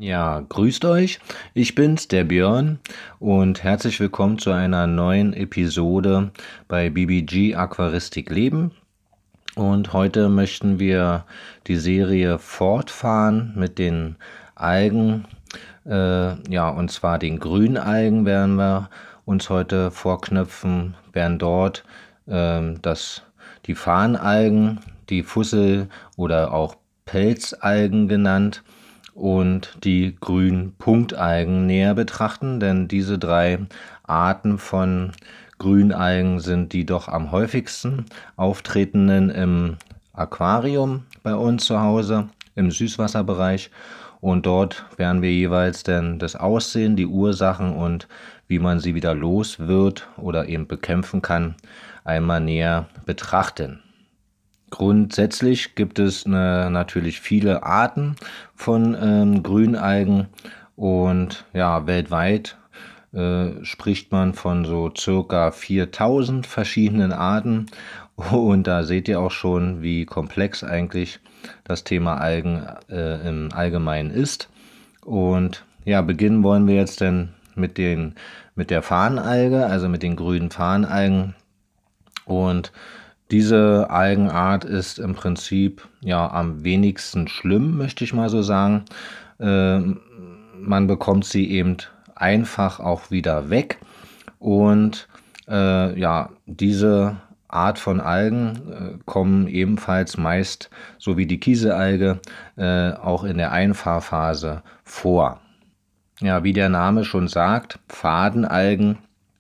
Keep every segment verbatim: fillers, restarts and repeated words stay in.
Ja, grüßt euch. Ich bin's, der Björn, und herzlich willkommen zu einer neuen Episode bei B B G Aquaristik Leben. Und heute möchten wir die Serie fortfahren mit den Algen. Äh, ja, und zwar den Grünalgen werden wir uns heute vorknöpfen, werden dort äh, das, die Farnalgen, die Fussel- oder auch Pelzalgen genannt, und die Grünpunktalgen näher betrachten, denn diese drei Arten von Grünalgen sind die doch am häufigsten auftretenden im Aquarium bei uns zu Hause, im Süßwasserbereich. Und dort werden wir jeweils dann das Aussehen, die Ursachen und wie man sie wieder los wird oder eben bekämpfen kann, einmal näher betrachten. Grundsätzlich gibt es ne, natürlich viele Arten von ähm, Grünalgen, und ja, weltweit äh, spricht man von so circa viertausend verschiedenen Arten, und da seht ihr auch schon, wie komplex eigentlich das Thema Algen äh, im Allgemeinen ist. Und ja, beginnen wollen wir jetzt dann mit, den, mit der Farnalge, also mit den grünen Farnalgen. Und diese Algenart ist im Prinzip ja am wenigsten schlimm, möchte ich mal so sagen. Äh, man bekommt sie eben einfach auch wieder weg. Und äh, ja, diese Art von Algen äh, kommen ebenfalls meist, so wie die Kieselalge, äh, auch in der Einfahrphase vor. Ja, wie der Name schon sagt, Fadenalgen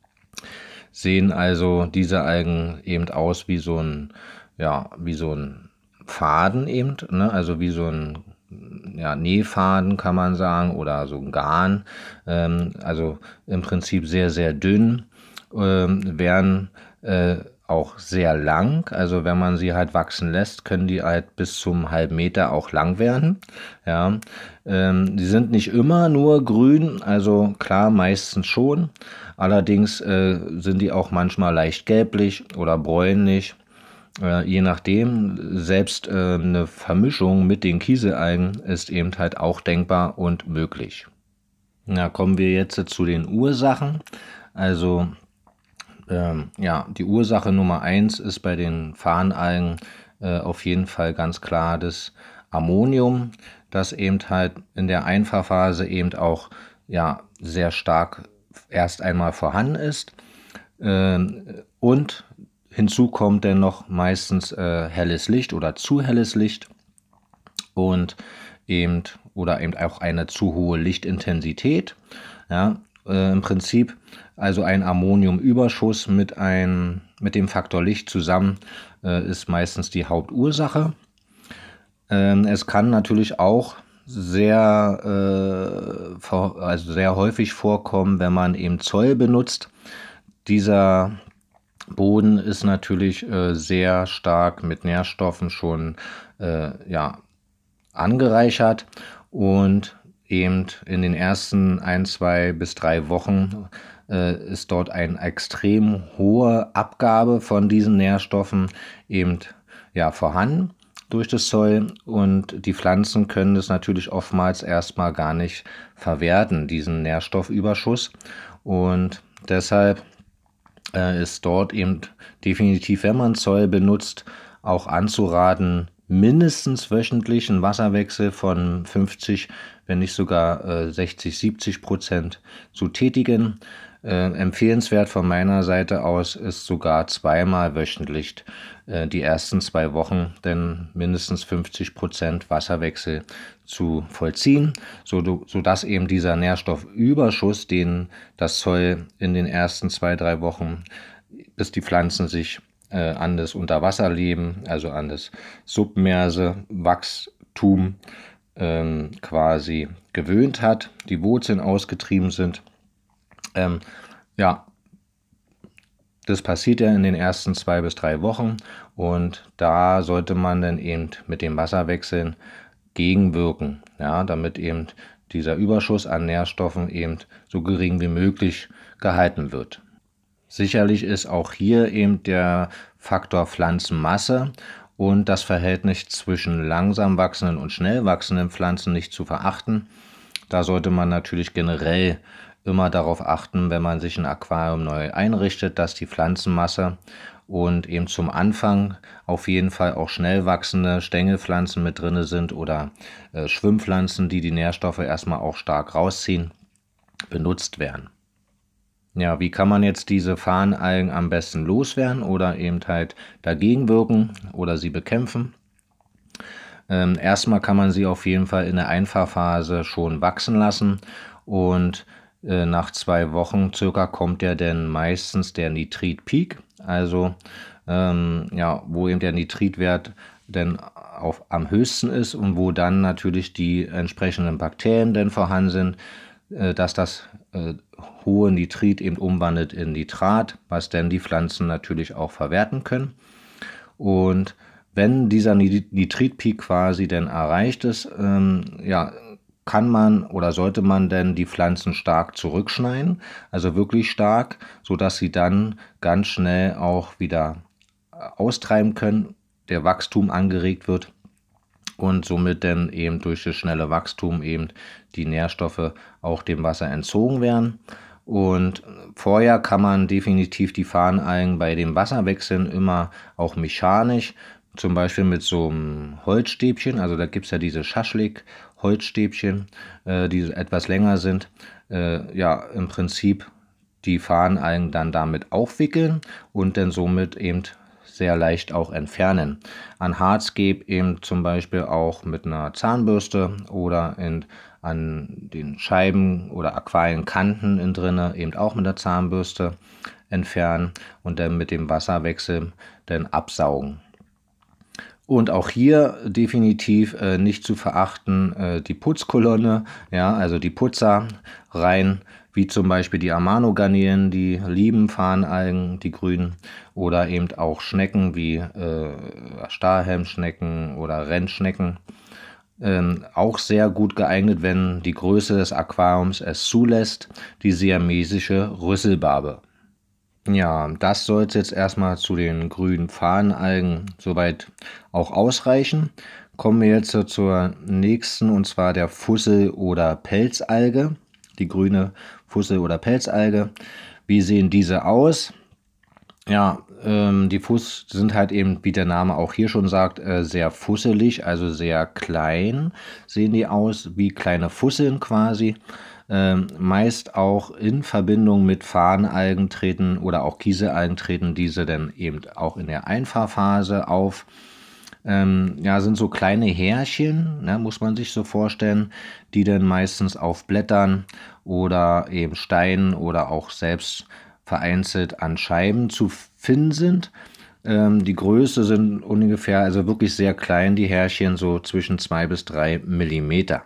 sehen also diese Algen eben aus wie so ein, ja, wie so ein Faden eben, ne? Also wie so ein ja, Nähfaden kann man sagen, oder so ein Garn. Ähm, also im Prinzip sehr, sehr dünn, ähm, werden äh, auch sehr lang. Also wenn man sie halt wachsen lässt, können die halt bis zum halben Meter auch lang werden. Ja, ähm, die sind nicht immer nur grün, also klar, meistens schon. Allerdings äh, sind die auch manchmal leicht gelblich oder bräunlich. Äh, je nachdem, selbst äh, eine Vermischung mit den Kieselalgen ist eben halt auch denkbar und möglich. Na, kommen wir jetzt zu den Ursachen. Also ähm, ja, die Ursache Nummer eins ist bei den Farnalgen äh, auf jeden Fall ganz klar das Ammonium, das eben halt in der Einfahrphase eben auch ja, sehr stark erst einmal vorhanden ist. Ähm, und hinzu kommt dann noch meistens äh, helles Licht oder zu helles Licht und eben oder eben auch eine zu hohe Lichtintensität. Ja, äh, im Prinzip also ein Ammoniumüberschuss mit, ein, mit dem Faktor Licht zusammen äh, ist meistens die Hauptursache. Ähm, es kann natürlich auch sehr, äh, vor, also sehr häufig vorkommen, wenn man eben Zoll benutzt. Dieser Boden ist natürlich äh, sehr stark mit Nährstoffen schon äh, ja, angereichert, und eben in den ersten ein, zwei bis drei Wochen äh, ist dort eine extrem hohe Abgabe von diesen Nährstoffen eben ja, vorhanden durch das Soil, und die Pflanzen können es natürlich oftmals erstmal gar nicht verwerten, diesen Nährstoffüberschuss, und deshalb äh, ist dort eben definitiv, wenn man Zoll benutzt, auch anzuraten, mindestens wöchentlich einen Wasserwechsel von fünfzig, wenn nicht sogar äh, sechzig, siebzig Prozent zu tätigen. Äh, empfehlenswert von meiner Seite aus ist sogar zweimal wöchentlich äh, die ersten zwei Wochen, denn mindestens fünfzig Prozent Wasserwechsel zu vollziehen, so, sodass eben dieser Nährstoffüberschuss, den das Soil in den ersten zwei, drei Wochen, bis die Pflanzen sich äh, an das Unterwasserleben, also an das submerse Wachstum ähm, quasi gewöhnt hat, die Wurzeln ausgetrieben sind. Ähm, ja, das passiert ja in den ersten zwei bis drei Wochen, und da sollte man dann eben mit dem Wasserwechseln gegenwirken, ja, damit eben dieser Überschuss an Nährstoffen eben so gering wie möglich gehalten wird. Sicherlich ist auch hier eben der Faktor Pflanzenmasse und das Verhältnis zwischen langsam wachsenden und schnell wachsenden Pflanzen nicht zu verachten. Da sollte man natürlich generell immer darauf achten, wenn man sich ein Aquarium neu einrichtet, dass die Pflanzenmasse und eben zum Anfang auf jeden Fall auch schnell wachsende Stängelpflanzen mit drin sind oder äh, Schwimmpflanzen, die die Nährstoffe erstmal auch stark rausziehen, benutzt werden. Ja, wie kann man jetzt diese Farnalgen am besten loswerden oder eben halt dagegen wirken oder sie bekämpfen? Ähm, erstmal kann man sie auf jeden Fall in der Einfahrphase schon wachsen lassen und äh, nach zwei Wochen circa kommt ja dann meistens der Nitrit-Peak, also ähm, ja, wo eben der Nitritwert dann auf, am höchsten ist und wo dann natürlich die entsprechenden Bakterien dann vorhanden sind, äh, dass das äh, hohe Nitrit eben umwandelt in Nitrat, was dann die Pflanzen natürlich auch verwerten können. Und wenn dieser Nitritpeak quasi dann erreicht ist, ähm, ja, kann man oder sollte man denn die Pflanzen stark zurückschneiden, also wirklich stark, sodass sie dann ganz schnell auch wieder austreiben können, der Wachstum angeregt wird und somit dann eben durch das schnelle Wachstum eben die Nährstoffe auch dem Wasser entzogen werden. Und vorher kann man definitiv die Farnalgen bei dem Wasserwechseln immer auch mechanisch, zum Beispiel mit so einem Holzstäbchen, also da gibt es ja diese Schaschlik-Holzstäbchen, äh, die etwas länger sind, äh, ja im Prinzip die Farnalgen dann damit aufwickeln und dann somit eben sehr leicht auch entfernen. An Hardscape eben zum Beispiel auch mit einer Zahnbürste oder in, an den Scheiben oder Aquarienkanten innen drinne eben auch mit der Zahnbürste entfernen und dann mit dem Wasserwechsel dann absaugen. Und auch hier definitiv äh, nicht zu verachten äh, die Putzkolonne, ja, also die Putzer rein, wie zum Beispiel die Amano-Garnelen, die lieben Farnalgen, die grünen, oder eben auch Schnecken wie äh, Starrhelmschnecken oder Rennschnecken. Ähm, auch sehr gut geeignet, wenn die Größe des Aquariums es zulässt, die siamesische Rüsselbarbe. Ja, das soll es jetzt erstmal zu den grünen Farnalgen soweit auch ausreichen. Kommen wir jetzt zur nächsten, und zwar der Fussel- oder Pelzalge. Die grüne Fussel- oder Pelzalge. Wie sehen diese aus? Ja, ähm, die Fuß sind halt eben, wie der Name auch hier schon sagt, äh, sehr fusselig, also sehr klein sehen die aus, wie kleine Fusseln quasi. Ähm, meist auch in Verbindung mit Farnalgen treten oder auch Kieselalgen treten diese dann eben auch in der Einfahrphase auf. Ähm, ja, sind so kleine Härchen, ne, muss man sich so vorstellen, die dann meistens auf Blättern oder eben Steinen oder auch selbst vereinzelt an Scheiben zu finden sind. Ähm, die Größe sind ungefähr, also wirklich sehr klein, die Härchen, so zwischen zwei bis drei Millimeter.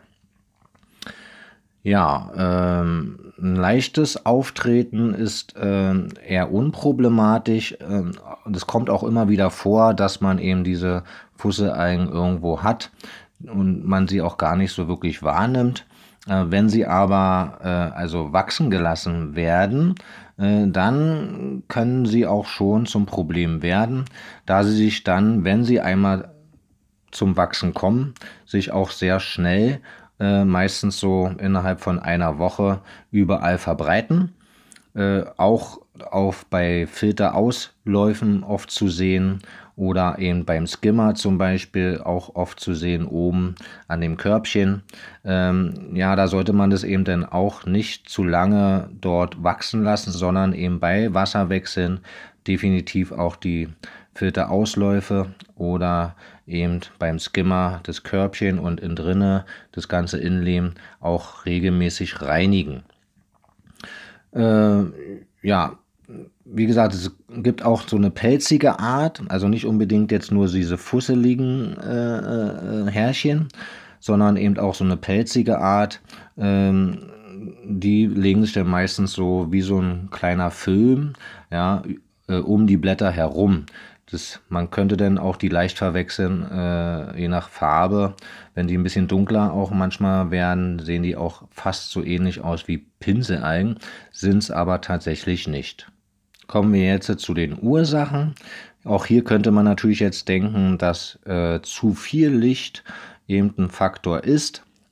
Ja, ähm, ein leichtes Auftreten ist ähm, eher unproblematisch. Ähm, und es kommt auch immer wieder vor, dass man eben diese Fusselalgen irgendwo hat und man sie auch gar nicht so wirklich wahrnimmt. Äh, wenn sie aber äh, also wachsen gelassen werden, äh, dann können sie auch schon zum Problem werden, da sie sich dann, wenn sie einmal zum Wachsen kommen, sich auch sehr schnell, äh, meistens so innerhalb von einer Woche, überall verbreiten. Äh, auch auf bei Filterausläufen oft zu sehen oder eben beim Skimmer zum Beispiel auch oft zu sehen oben an dem Körbchen. Ähm, ja, da sollte man das eben dann auch nicht zu lange dort wachsen lassen, sondern eben bei Wasserwechseln definitiv auch die Filterausläufe oder eben beim Skimmer das Körbchen und innen drinne das ganze Innenleben auch regelmäßig reinigen. Äh, ja, wie gesagt, es gibt auch so eine pelzige Art, also nicht unbedingt jetzt nur diese fusseligen äh, äh, Härchen, sondern eben auch so eine pelzige Art. Ähm, die legen sich dann meistens so wie so ein kleiner Film, ja, äh, um die Blätter herum. Das, man könnte dann auch die leicht verwechseln, äh, je nach Farbe. Wenn die ein bisschen dunkler auch manchmal werden, sehen die auch fast so ähnlich aus wie Pinselalgen, sind es aber tatsächlich nicht. Kommen wir jetzt zu den Ursachen. Auch hier könnte man natürlich jetzt denken, dass äh, zu viel Licht eben ein Faktor ist.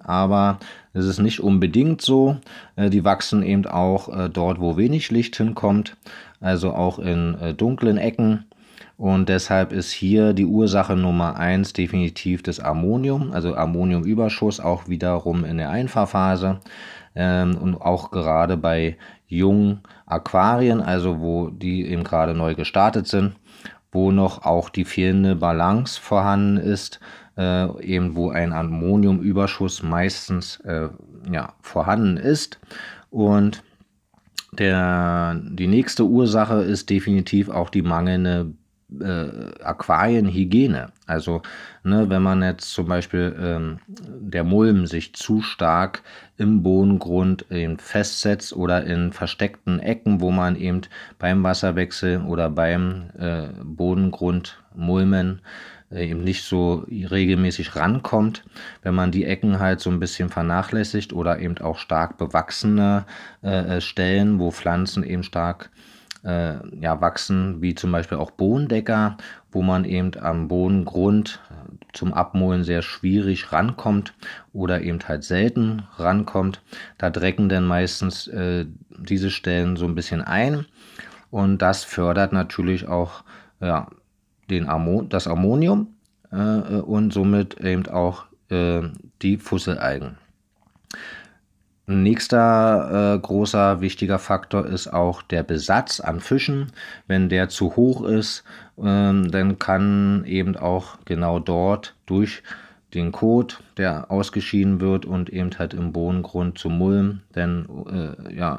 aber es ist nicht unbedingt so. Äh, die wachsen eben auch äh, dort, wo wenig Licht hinkommt, also auch in äh, dunklen Ecken. Und deshalb ist hier die Ursache Nummer eins definitiv das Ammonium, also Ammoniumüberschuss, auch wiederum in der Einfahrphase. Ähm, und auch gerade bei jungen Aquarien, also wo die eben gerade neu gestartet sind, wo noch auch die fehlende Balance vorhanden ist, äh, eben wo ein Ammoniumüberschuss meistens äh, ja, vorhanden ist. Und der, die nächste Ursache ist definitiv auch die mangelnde äh, Aquarienhygiene. Also ne, wenn man jetzt zum Beispiel ähm, der Mulm sich zu stark im Bodengrund eben festsetzt oder in versteckten Ecken, wo man eben beim Wasserwechsel oder beim äh, Bodengrundmulmen äh, eben nicht so regelmäßig rankommt, wenn man die Ecken halt so ein bisschen vernachlässigt oder eben auch stark bewachsene äh, Stellen, wo Pflanzen eben stark Äh, ja, wachsen, wie zum Beispiel auch Bodendecker, wo man eben am Bodengrund zum Abmulden sehr schwierig rankommt oder eben halt selten rankommt. Da drecken dann meistens äh, diese Stellen so ein bisschen ein und das fördert natürlich auch ja, den Ammo das Ammonium äh, und somit eben auch äh, die Fusselalgen. Ein nächster äh, großer wichtiger Faktor ist auch der Besatz an Fischen. Wenn der zu hoch ist, ähm, dann kann eben auch genau dort durch den Kot, der ausgeschieden wird und eben halt im Bodengrund zu Mulm dann äh, ja,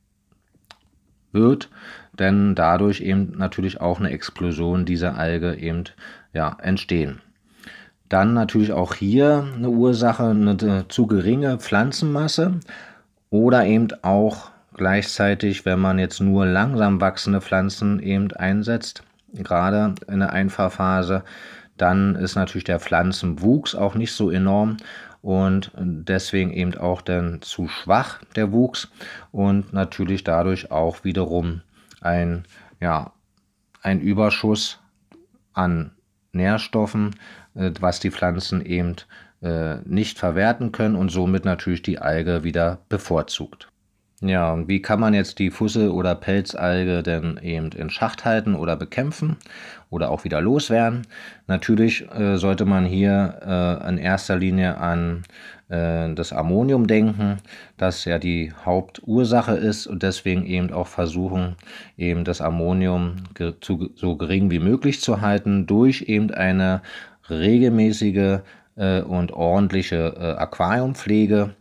wird, denn dadurch eben natürlich auch eine Explosion dieser Alge eben ja, entstehen. Dann natürlich auch hier eine Ursache, eine zu geringe Pflanzenmasse oder eben auch gleichzeitig, wenn man jetzt nur langsam wachsende Pflanzen eben einsetzt, gerade in der Einfahrphase, dann ist natürlich der Pflanzenwuchs auch nicht so enorm und deswegen eben auch dann zu schwach der Wuchs und natürlich dadurch auch wiederum ein, ja, ein Überschuss an Nährstoffen, was die Pflanzen eben äh, nicht verwerten können und somit natürlich die Alge wieder bevorzugt. Ja, und wie kann man jetzt die Fussel- oder Pelzalge denn eben in Schacht halten oder bekämpfen oder auch wieder loswerden? Natürlich äh, sollte man hier äh, in erster Linie an äh, das Ammonium denken, das ja die Hauptursache ist und deswegen eben auch versuchen, eben das Ammonium ge zu, so gering wie möglich zu halten durch eben eine regelmäßige äh, und ordentliche äh, Aquariumpflege.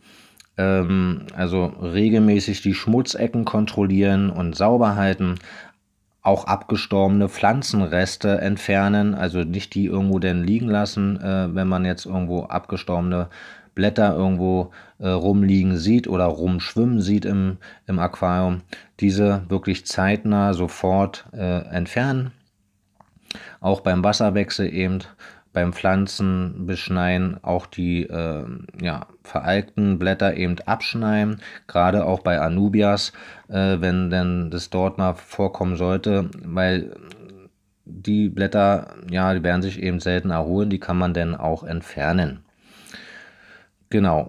Also regelmäßig die Schmutzecken kontrollieren und sauber halten, auch abgestorbene Pflanzenreste entfernen, also nicht die irgendwo denn liegen lassen, äh, wenn man jetzt irgendwo abgestorbene Blätter irgendwo äh, rumliegen sieht oder rumschwimmen sieht im, im Aquarium, diese wirklich zeitnah sofort äh, entfernen. Auch beim Wasserwechsel eben, beim Pflanzen beschneien, auch die äh, ja, veralgten Blätter eben abschneiden, gerade auch bei Anubias, äh, wenn denn das dort mal vorkommen sollte, weil die Blätter, ja, die werden sich eben selten erholen, die kann man dann auch entfernen. Genau.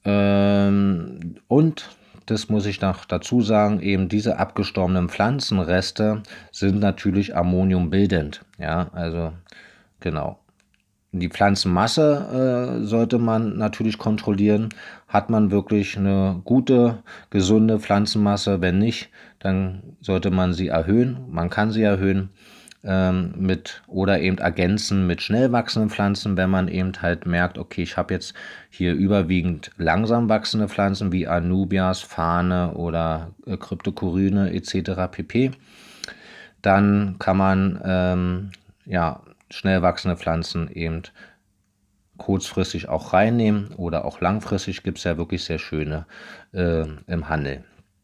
Ähm, und das muss ich noch dazu sagen, eben diese abgestorbenen Pflanzenreste sind natürlich ammoniumbildend. Ja, also genau. Die Pflanzenmasse äh, sollte man natürlich kontrollieren. Hat man wirklich eine gute, gesunde Pflanzenmasse? Wenn nicht, dann sollte man sie erhöhen. Man kann sie erhöhen ähm, mit oder eben ergänzen mit schnell wachsenden Pflanzen, wenn man eben halt merkt, okay, ich habe jetzt hier überwiegend langsam wachsende Pflanzen wie Anubias, Fahne oder äh, Cryptocoryne et cetera pp. Dann kann man ähm, ja schnell wachsende Pflanzen eben kurzfristig auch reinnehmen oder auch langfristig gibt es ja wirklich sehr schöne äh, im Handel.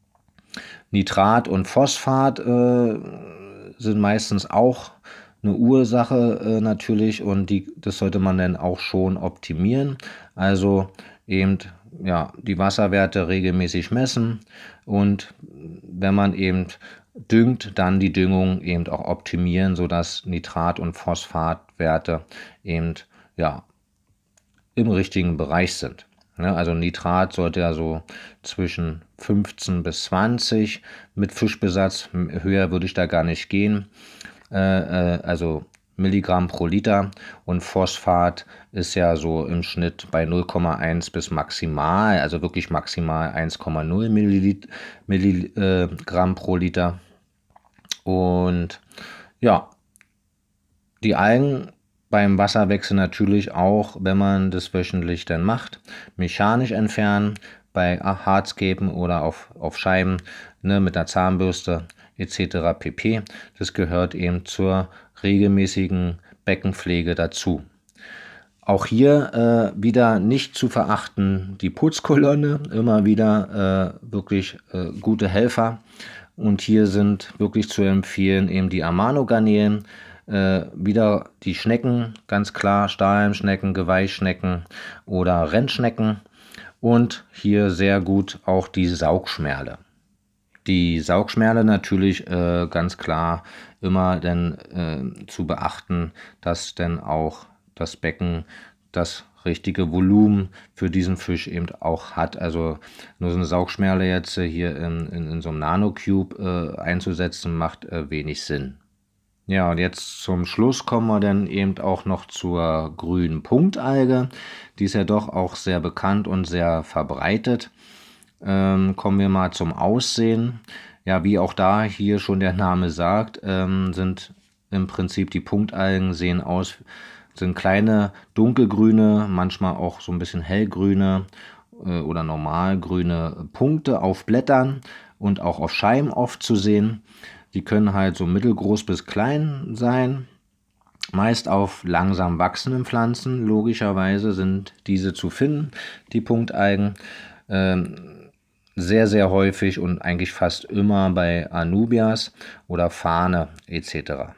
Nitrat und Phosphat äh, sind meistens auch eine Ursache äh, natürlich und die, das sollte man dann auch schon optimieren. Also eben ja, die Wasserwerte regelmäßig messen und wenn man eben düngt, dann die Düngung eben auch optimieren, sodass Nitrat- und Phosphatwerte eben ja, im richtigen Bereich sind. Ja, also Nitrat sollte ja so zwischen fünfzehn bis zwanzig mit Fischbesatz, höher würde ich da gar nicht gehen, äh, äh, also Milligramm pro Liter, und Phosphat ist ja so im Schnitt bei null Komma eins bis maximal, also wirklich maximal eins Komma null Milligramm pro Liter. Und ja, die Algen beim Wasserwechsel natürlich auch, wenn man das wöchentlich dann macht, mechanisch entfernen, bei Hardscapen oder auf, auf Scheiben, ne, mit einer Zahnbürste et cetera pp. Das gehört eben zur regelmäßigen Beckenpflege dazu. Auch hier äh, wieder nicht zu verachten die Putzkolonne, immer wieder äh, wirklich äh, gute Helfer. Und hier sind wirklich zu empfehlen eben die Amano-Garnelen, äh, wieder die Schnecken, ganz klar Stahlhelmschnecken, Geweihschnecken oder Rennschnecken, und hier sehr gut auch die Saugschmerle. Die Saugschmerle natürlich äh, ganz klar immer denn äh, zu beachten, dass denn auch das Becken das richtige Volumen für diesen Fisch eben auch hat. Also nur so eine Saugschmerle jetzt hier in, in, in so einem Nanocube äh, einzusetzen, macht äh, wenig Sinn. Ja, und jetzt zum Schluss kommen wir dann eben auch noch zur grünen Punktalge. Die ist ja doch auch sehr bekannt und sehr verbreitet. Ähm, kommen wir mal zum Aussehen. Ja, wie auch da hier schon der Name sagt, ähm, sind im Prinzip die Punktalgen, sehen aus, sind kleine dunkelgrüne, manchmal auch so ein bisschen hellgrüne äh, oder normalgrüne Punkte auf Blättern und auch auf Scheiben oft zu sehen. Die können halt so mittelgroß bis klein sein. Meist auf langsam wachsenden Pflanzen, logischerweise, sind diese zu finden, die Punktalgen. Ähm, sehr, sehr häufig und eigentlich fast immer bei Anubias oder Fahne et cetera.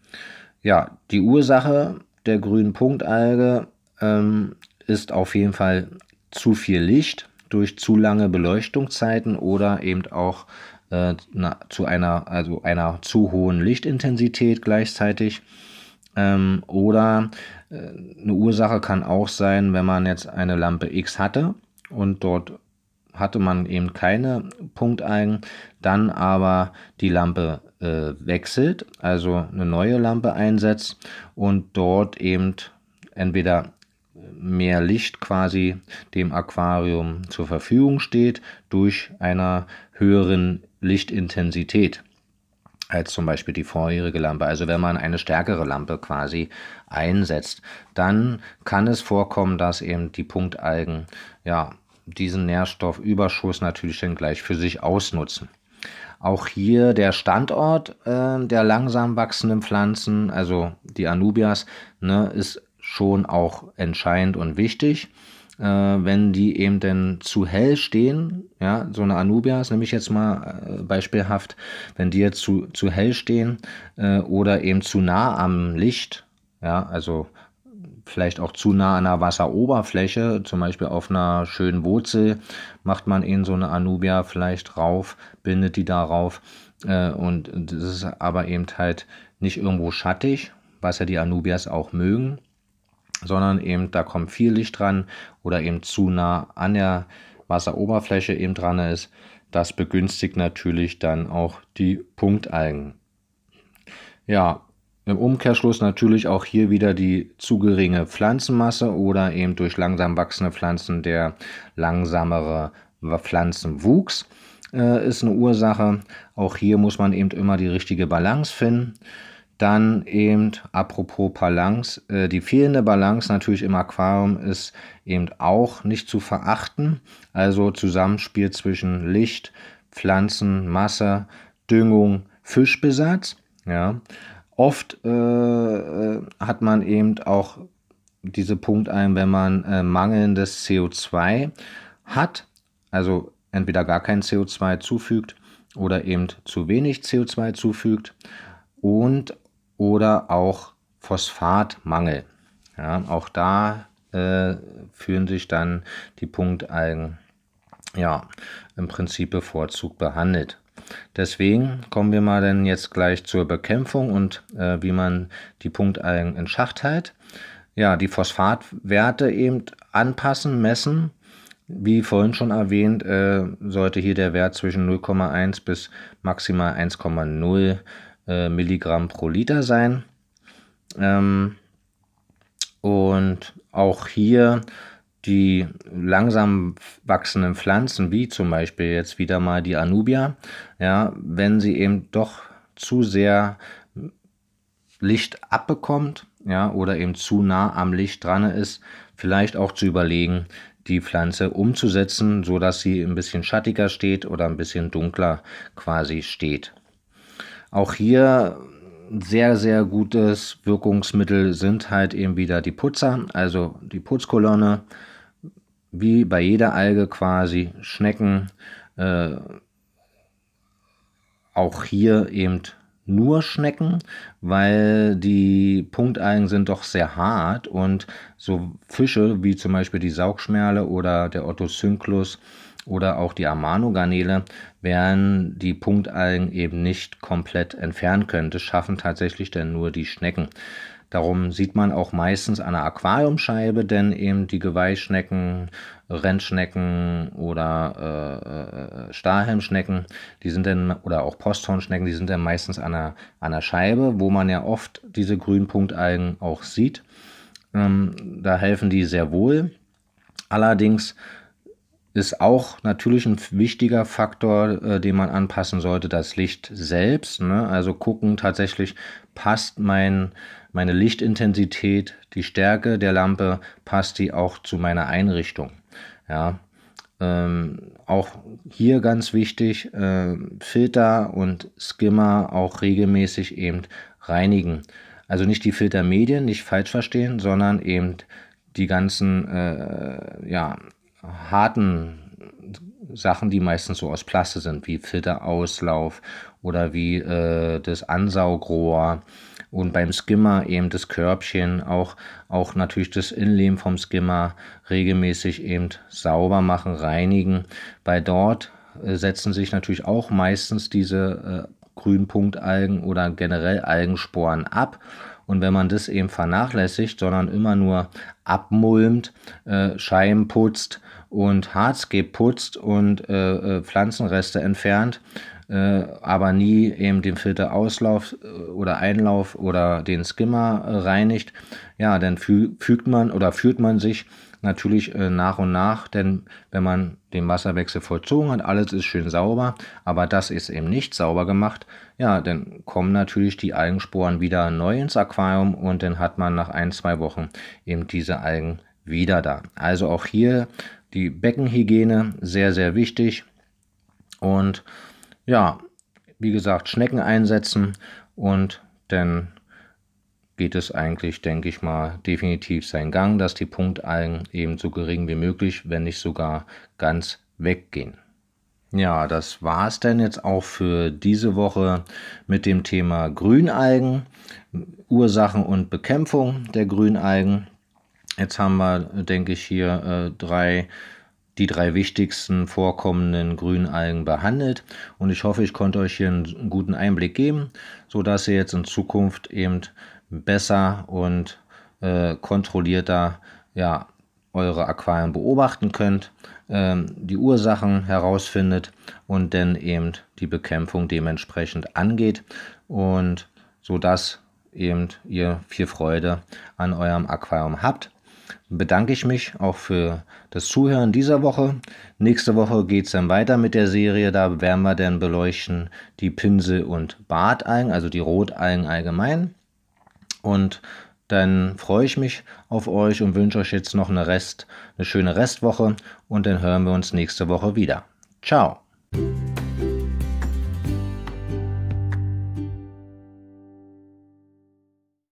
Ja, die Ursache der grünen Punktalge ähm, ist auf jeden Fall zu viel Licht durch zu lange Beleuchtungszeiten oder eben auch äh, na, zu einer, also einer zu hohen Lichtintensität gleichzeitig. Ähm, oder äh, eine Ursache kann auch sein, wenn man jetzt eine Lampe X hatte und dort hatte man eben keine Punktalgen, dann aber die Lampe äh, wechselt, also eine neue Lampe einsetzt und dort eben entweder mehr Licht quasi dem Aquarium zur Verfügung steht durch einer höheren Lichtintensität als zum Beispiel die vorherige Lampe. Also wenn man eine stärkere Lampe quasi einsetzt, dann kann es vorkommen, dass eben die Punktalgen ja diesen Nährstoffüberschuss natürlich dann gleich für sich ausnutzen. Auch hier der Standort äh, der langsam wachsenden Pflanzen, also die Anubias, ne, ist schon auch entscheidend und wichtig. Äh, wenn die eben denn zu hell stehen, ja, so eine Anubias, nehme ich jetzt mal äh, beispielhaft, wenn die jetzt zu, zu hell stehen äh, oder eben zu nah am Licht, ja, also vielleicht auch zu nah an der Wasseroberfläche, zum Beispiel auf einer schönen Wurzel, macht man eben so eine Anubia vielleicht rauf, bindet die darauf äh, und das ist aber eben halt nicht irgendwo schattig, was ja die Anubias auch mögen, sondern eben da kommt viel Licht dran oder eben zu nah an der Wasseroberfläche eben dran ist. Das begünstigt natürlich dann auch die Punktalgen. Ja, im Umkehrschluss natürlich auch hier wieder die zu geringe Pflanzenmasse oder eben durch langsam wachsende Pflanzen der langsamere Pflanzenwuchs äh, ist eine Ursache. Auch hier muss man eben immer die richtige Balance finden. Dann eben, apropos Balance, äh, die fehlende Balance natürlich im Aquarium ist eben auch nicht zu verachten. Also Zusammenspiel zwischen Licht, Pflanzen, Masse, Düngung, Fischbesatz. Ja. Oft äh, hat man eben auch diese Punktalgen, wenn man äh, mangelndes C O zwei hat, also entweder gar kein C O zwei zufügt oder eben zu wenig C O zwei zufügt, und oder auch Phosphatmangel. Ja, auch da äh, fühlen sich dann die Punktalgen ja im Prinzip bevorzugt behandelt. Deswegen kommen wir mal dann jetzt gleich zur Bekämpfung und äh, wie man die Punktalgen in Schach hält. Ja, die Phosphatwerte eben anpassen, messen Wie vorhin schon erwähnt, äh, sollte hier der Wert zwischen null Komma eins bis maximal eins Komma null äh, Milligramm pro Liter sein. Ähm, und auch hier die langsam wachsenden Pflanzen, wie zum Beispiel jetzt wieder mal die Anubia, ja, wenn sie eben doch zu sehr Licht abbekommt, ja, oder eben zu nah am Licht dran ist, vielleicht auch zu überlegen, die Pflanze umzusetzen, so dass sie ein bisschen schattiger steht oder ein bisschen dunkler quasi steht. Auch hier sehr, sehr gutes Wirkungsmittel sind halt eben wieder die Putzer, also die Putzkolonne, wie bei jeder Alge quasi, Schnecken, äh, auch hier eben nur Schnecken, weil die Punktalgen sind doch sehr hart und so Fische wie zum Beispiel die Saugschmerle oder der Ottocynclus oder auch die Amano-Garnele werden die Punktalgen eben nicht komplett entfernen können. Das schaffen tatsächlich dann nur die Schnecken. Darum sieht man auch meistens an der Aquariumscheibe, denn eben die Geweihschnecken, Rennschnecken oder äh, Stahlhelmschnecken, die sind dann, oder auch Posthornschnecken, die sind dann meistens an der, an der Scheibe, wo man ja oft diese grünen Punktalgen auch sieht. Ähm, da helfen die sehr wohl. Allerdings ist auch natürlich ein wichtiger Faktor, äh, den man anpassen sollte, das Licht selbst. Ne? Also gucken tatsächlich, passt mein, meine Lichtintensität, die Stärke der Lampe, passt die auch zu meiner Einrichtung. Ja, ähm, auch hier ganz wichtig, äh, Filter und Skimmer auch regelmäßig eben reinigen. Also nicht die Filtermedien, nicht falsch verstehen, sondern eben die ganzen äh, ja, harten Sachen, die meistens so aus Plaste sind, wie Filterauslauf oder wie äh, das Ansaugrohr und beim Skimmer eben das Körbchen, auch, auch natürlich das Innenleben vom Skimmer regelmäßig eben sauber machen, reinigen, weil dort äh, setzen sich natürlich auch meistens diese äh, grünen Punktalgen oder generell Algensporen ab. Und wenn man das eben vernachlässigt, sondern immer nur abmulmt, äh, Scheiben putzt und Hardscape putzt und äh, äh, Pflanzenreste entfernt, äh, aber nie eben den Filterauslauf äh, oder Einlauf oder den Skimmer äh, reinigt, ja, dann fü fügt man oder führt man sich natürlich äh, nach und nach, denn wenn man den Wasserwechsel vollzogen hat, alles ist schön sauber, aber das ist eben nicht sauber gemacht, ja, dann kommen natürlich die Algensporen wieder neu ins Aquarium und dann hat man nach ein, zwei Wochen eben diese Algen wieder da. Also auch hier die Beckenhygiene sehr, sehr wichtig und ja, wie gesagt, Schnecken einsetzen und dann geht es eigentlich, denke ich mal, definitiv seinen Gang, dass die Punktalgen eben so gering wie möglich, wenn nicht sogar ganz weggehen. Ja, das war es denn jetzt auch für diese Woche mit dem Thema Grünalgen, Ursachen und Bekämpfung der Grünalgen. Jetzt haben wir, denke ich, hier äh, drei, die drei wichtigsten vorkommenden Grünalgen behandelt und ich hoffe, ich konnte euch hier einen guten Einblick geben, sodass ihr jetzt in Zukunft eben besser und äh, kontrollierter ja, eure Aquarien beobachten könnt, ähm, die Ursachen herausfindet und dann eben die Bekämpfung dementsprechend angeht und sodass eben ihr viel Freude an eurem Aquarium habt. Bedanke ich mich auch für das Zuhören dieser Woche. Nächste Woche geht es dann weiter mit der Serie. Da werden wir dann beleuchten die Pinsel- und Bartalgen, also die Rotalgen allgemein. Und dann freue ich mich auf euch und wünsche euch jetzt noch eine Rest, eine schöne Restwoche und dann hören wir uns nächste Woche wieder. Ciao!